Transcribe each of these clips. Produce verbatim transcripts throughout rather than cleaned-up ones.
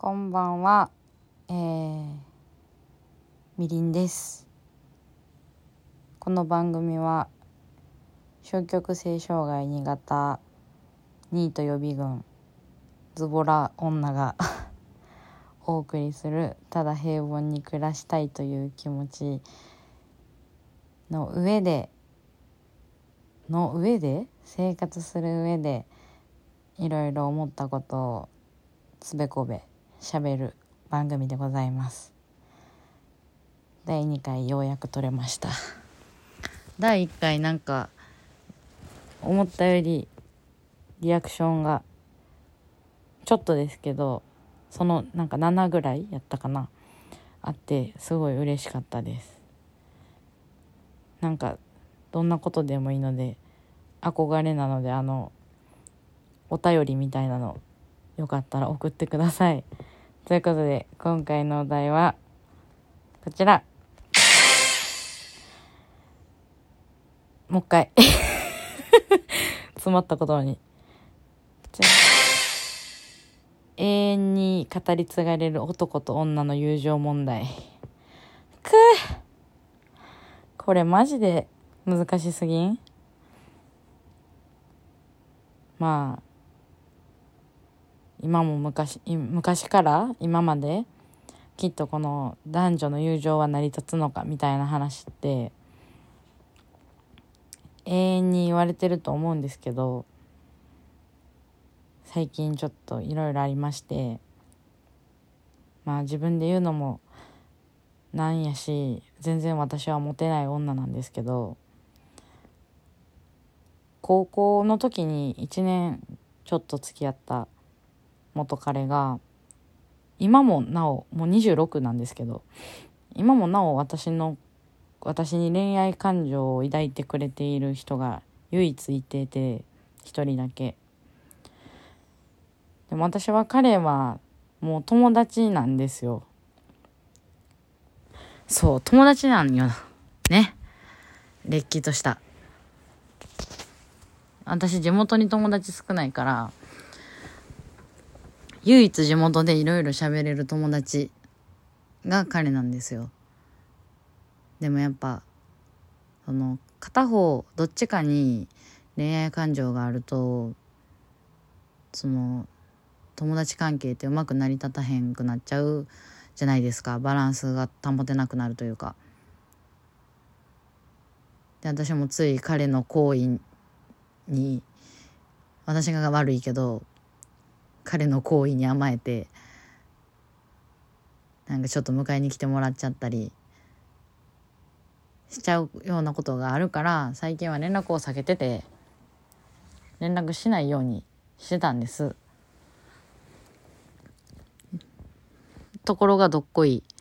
こんばんは、えー、みりんです。この番組は双極性障害に型ニート予備軍ズボラ女がお送りする、ただ平凡に暮らしたいという気持ちの上での上で生活する上でいろいろ思ったことをつべこべしゃべる番組でございます。だいにかいようやく撮れました。だいいっかいなんか思ったよりリアクションがちょっとですけど、そのなんかななぐらいやったかなあって、すごい嬉しかったです。なんかどんなことでもいいので、憧れなので、あのお便りみたいなのよかったら送ってください。ということで今回のお題はこちら。もう一回詰まったことに永遠に語り継がれる男と女の友情問題。くぅ、これマジで難しすぎん？まあ今も昔昔から今まできっとこの男女の友情は成り立つのかみたいな話って永遠に言われてると思うんですけど、最近ちょっといろいろありまして、まあ自分で言うのもなんやし、全然私はモテない女なんですけど、高校の時にいちねんちょっと付き合った元彼が今もなお、もうにじゅうろくなんですけど、今もなお私の私に恋愛感情を抱いてくれている人が唯一いてて、一人だけ。でも私は彼はもう友達なんですよ。そう、友達なんよね。れっきとした。私地元に友達少ないから、唯一地元でいろいろ喋れる友達が彼なんですよ。でもやっぱその片方どっちかに恋愛感情があると、その友達関係ってうまく成り立たへんくなっちゃうじゃないですか。バランスが保てなくなるというか。で、私もつい彼の行為に、私が悪いけど彼の行為に甘えて、なんかちょっと迎えに来てもらっちゃったりしちゃうようなことがあるから、最近は連絡を避けてて、連絡しないようにしてたんです。ところがどっこい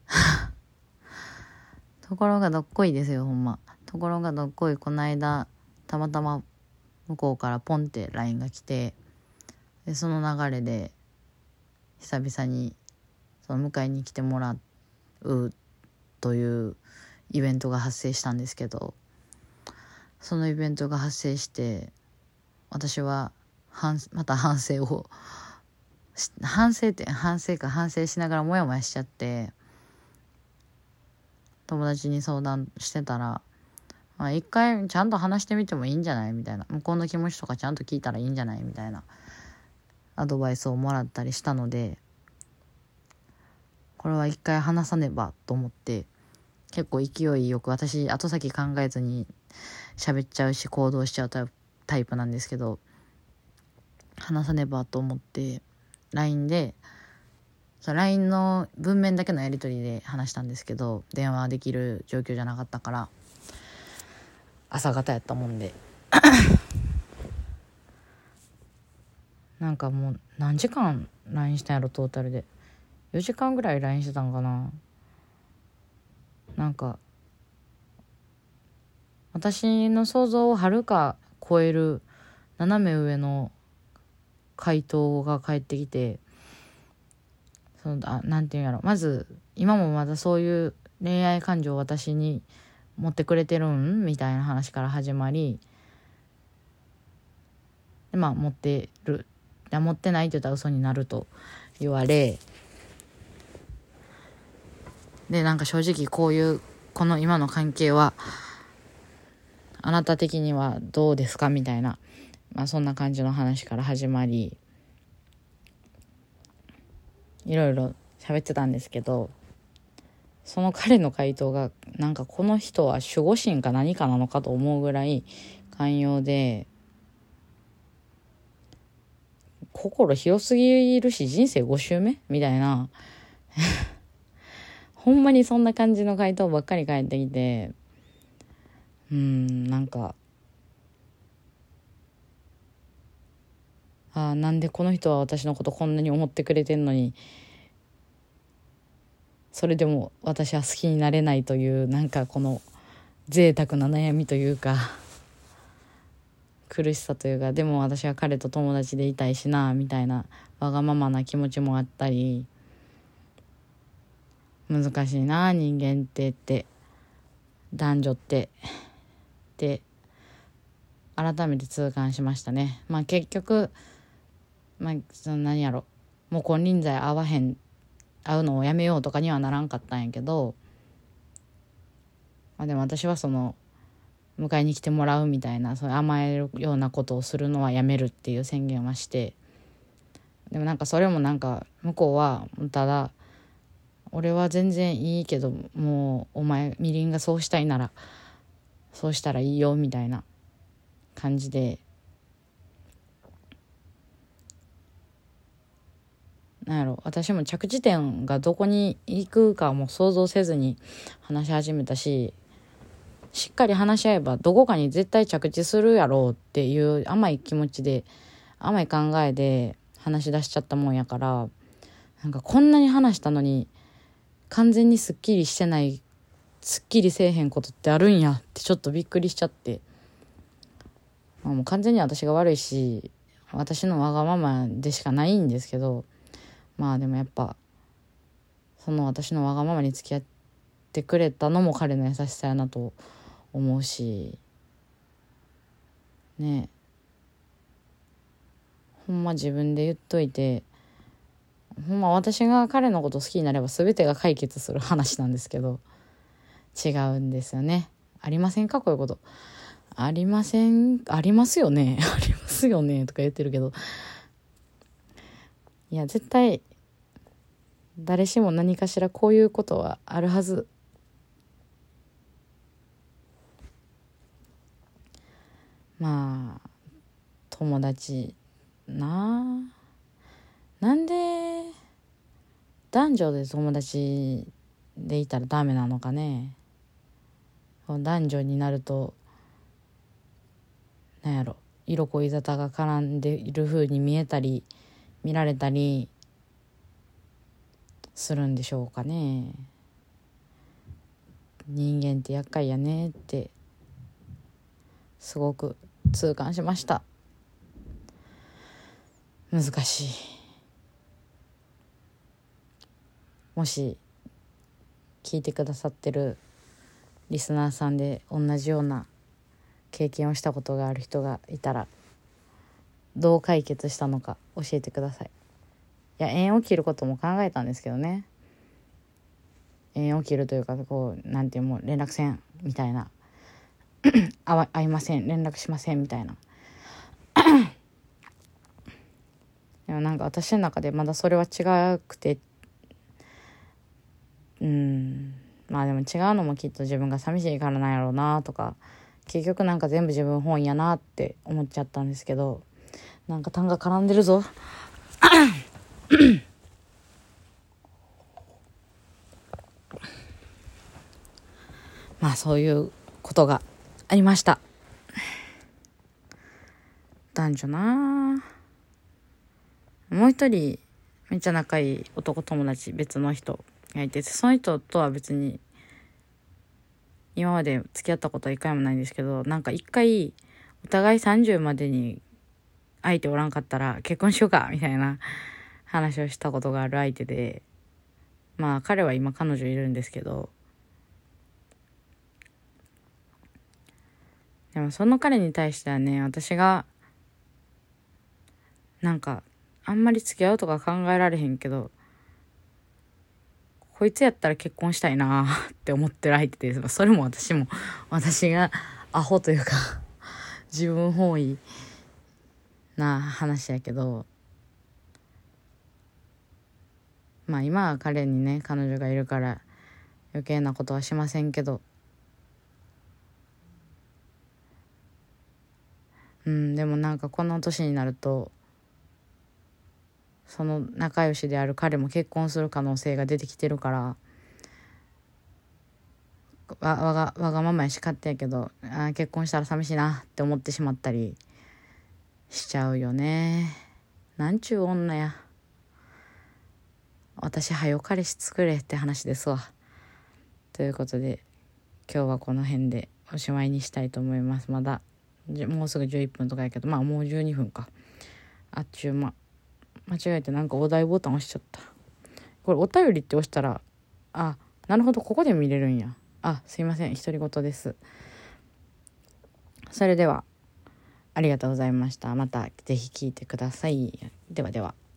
ところがどっこいですよ、ほんま。ところがどっこい、この間たまたま向こうからポンって ライン が来て、でその流れで久々にその迎えに来てもらうというイベントが発生したんですけど、そのイベントが発生して私は反また反省を反省って反省か反省しながらモヤモヤしちゃって、友達に相談してたら、まあ、一回ちゃんと話してみてもいいんじゃないみたいな、向こうの気持ちとかちゃんと聞いたらいいんじゃないみたいなアドバイスをもらったりしたので、これは一回話さねばと思って、結構勢いよく、私後先考えずに喋っちゃうし行動しちゃうタイプなんですけど、話さねばと思って ライン で、ライン の文面だけのやり取りで話したんですけど、電話できる状況じゃなかったから、朝方やったもんでなんかもう何時間 ライン したんやろ、トータルでよじかんぐらい ライン してたんかな。なんか私の想像をはるか超える斜め上の回答が返ってきて、そのあなんていうんやろ、まず今もまだそういう恋愛感情を私に持ってくれてるんみたいな話から始まり、でまあ持ってる、いや持ってないって言ったら嘘になると言われ、 でなんか正直こういうこの今の関係はあなた的にはどうですかみたいな、まあそんな感じの話から始まり、いろいろ喋ってたんですけど、その彼の回答がなんかこの人は守護神か何かなのかと思うぐらい寛容で、心広すぎるし人生ご周目みたいなほんまにそんな感じの回答ばっかり返ってきて、うーんなんかあなんでこの人は私のことこんなに思ってくれてんのにそれでも私は好きになれないという、なんかこの贅沢な悩みというか苦しさというか、でも私は彼と友達でいたいしなみたいなわがままな気持ちもあったり、難しいな人間ってって男女ってって改めて痛感しましたね。まあ結局まあその何やろもう金輪際会わへん会うのをやめようとかにはならんかったんやけど、まあ、でも私はその迎えに来てもらうみたいな、そういう甘えるようなことをするのはやめるっていう宣言はして、でもなんかそれもなんか向こうはただ俺は全然いいけどもうお前みりんがそうしたいならそうしたらいいよみたいな感じで、なんやろ私も着地点がどこに行くかも想像せずに話し始めたし、しっかり話し合えばどこかに絶対着地するやろうっていう甘い気持ちで甘い考えで話し出しちゃったもんやから、なんかこんなに話したのに完全にすっきりしてない、すっきりせえへんことってあるんやってちょっとびっくりしちゃって、まあ、もう完全に私が悪いし私のわがままでしかないんですけど、まあでもやっぱその私のわがままに付き合ってくれたのも彼の優しさやなと思うしね。ほんま自分で言っといて、ほんま私が彼のこと好きになれば全てが解決する話なんですけど、違うんですよね。ありませんかこういうこと。ありませんありますよねありますよねとか言ってるけど、いや絶対誰しも何かしらこういうことはあるはず。まあ友達なあ、なんで男女で友達でいたらダメなのかね。男女になるとなんやろ色恋沙汰が絡んでいる風に見えたり見られたりするんでしょうかね。人間って厄介やねってすごく痛感しました。難しい。もし聞いてくださってるリスナーさんで同じような経験をしたことがある人がいたらどう解決したのか教えてください。いや縁を切ることも考えたんですけどね。縁を切るというかこうなんていうもう連絡せんみたいな会わ会いません連絡しませんみたいなでもなんか私の中でまだそれは違くて、うんまあでも違うのもきっと自分が寂しいからなんやろうなとか、結局なんか全部自分本やなって思っちゃったんですけど、なんか痰が絡んでるぞまあそういうことがありました。男女なもう一人めっちゃ仲いい男友達別の人がいて、その人とは別に今まで付き合ったことは一回もないんですけど、なんか一回お互いさんじゅうまでに相手おらんかったら結婚しようかみたいな話をしたことがある相手で、まあ彼は今彼女いるんですけど、でもその彼に対してはね、私がなんかあんまり付き合うとか考えられへんけど、 こいつやったら結婚したいなって思ってる相手で、それも私も私がアホというか自分本位な話やけど、まあ今は彼にね彼女がいるから余計なことはしませんけど、うんでもなんかこの年になるとその仲良しである彼も結婚する可能性が出てきてるから、わわがわがままやし勝手やけど、あ結婚したら寂しいなって思ってしまったりしちゃうよね。なんちゅう女や。私はよ彼氏作れって話ですわ。ということで今日はこの辺でおしまいにしたいと思います。まだもうすぐじゅういっぷんとかやけど、まあもうじゅうにふんか。あっちゅう間。間違えてなんかお題ボタン押しちゃった。これお便りって押したら、あ、なるほどここで見れるんや。あ、すいません独り言です。それではありがとうございました。またぜひ聞いてください。ではでは。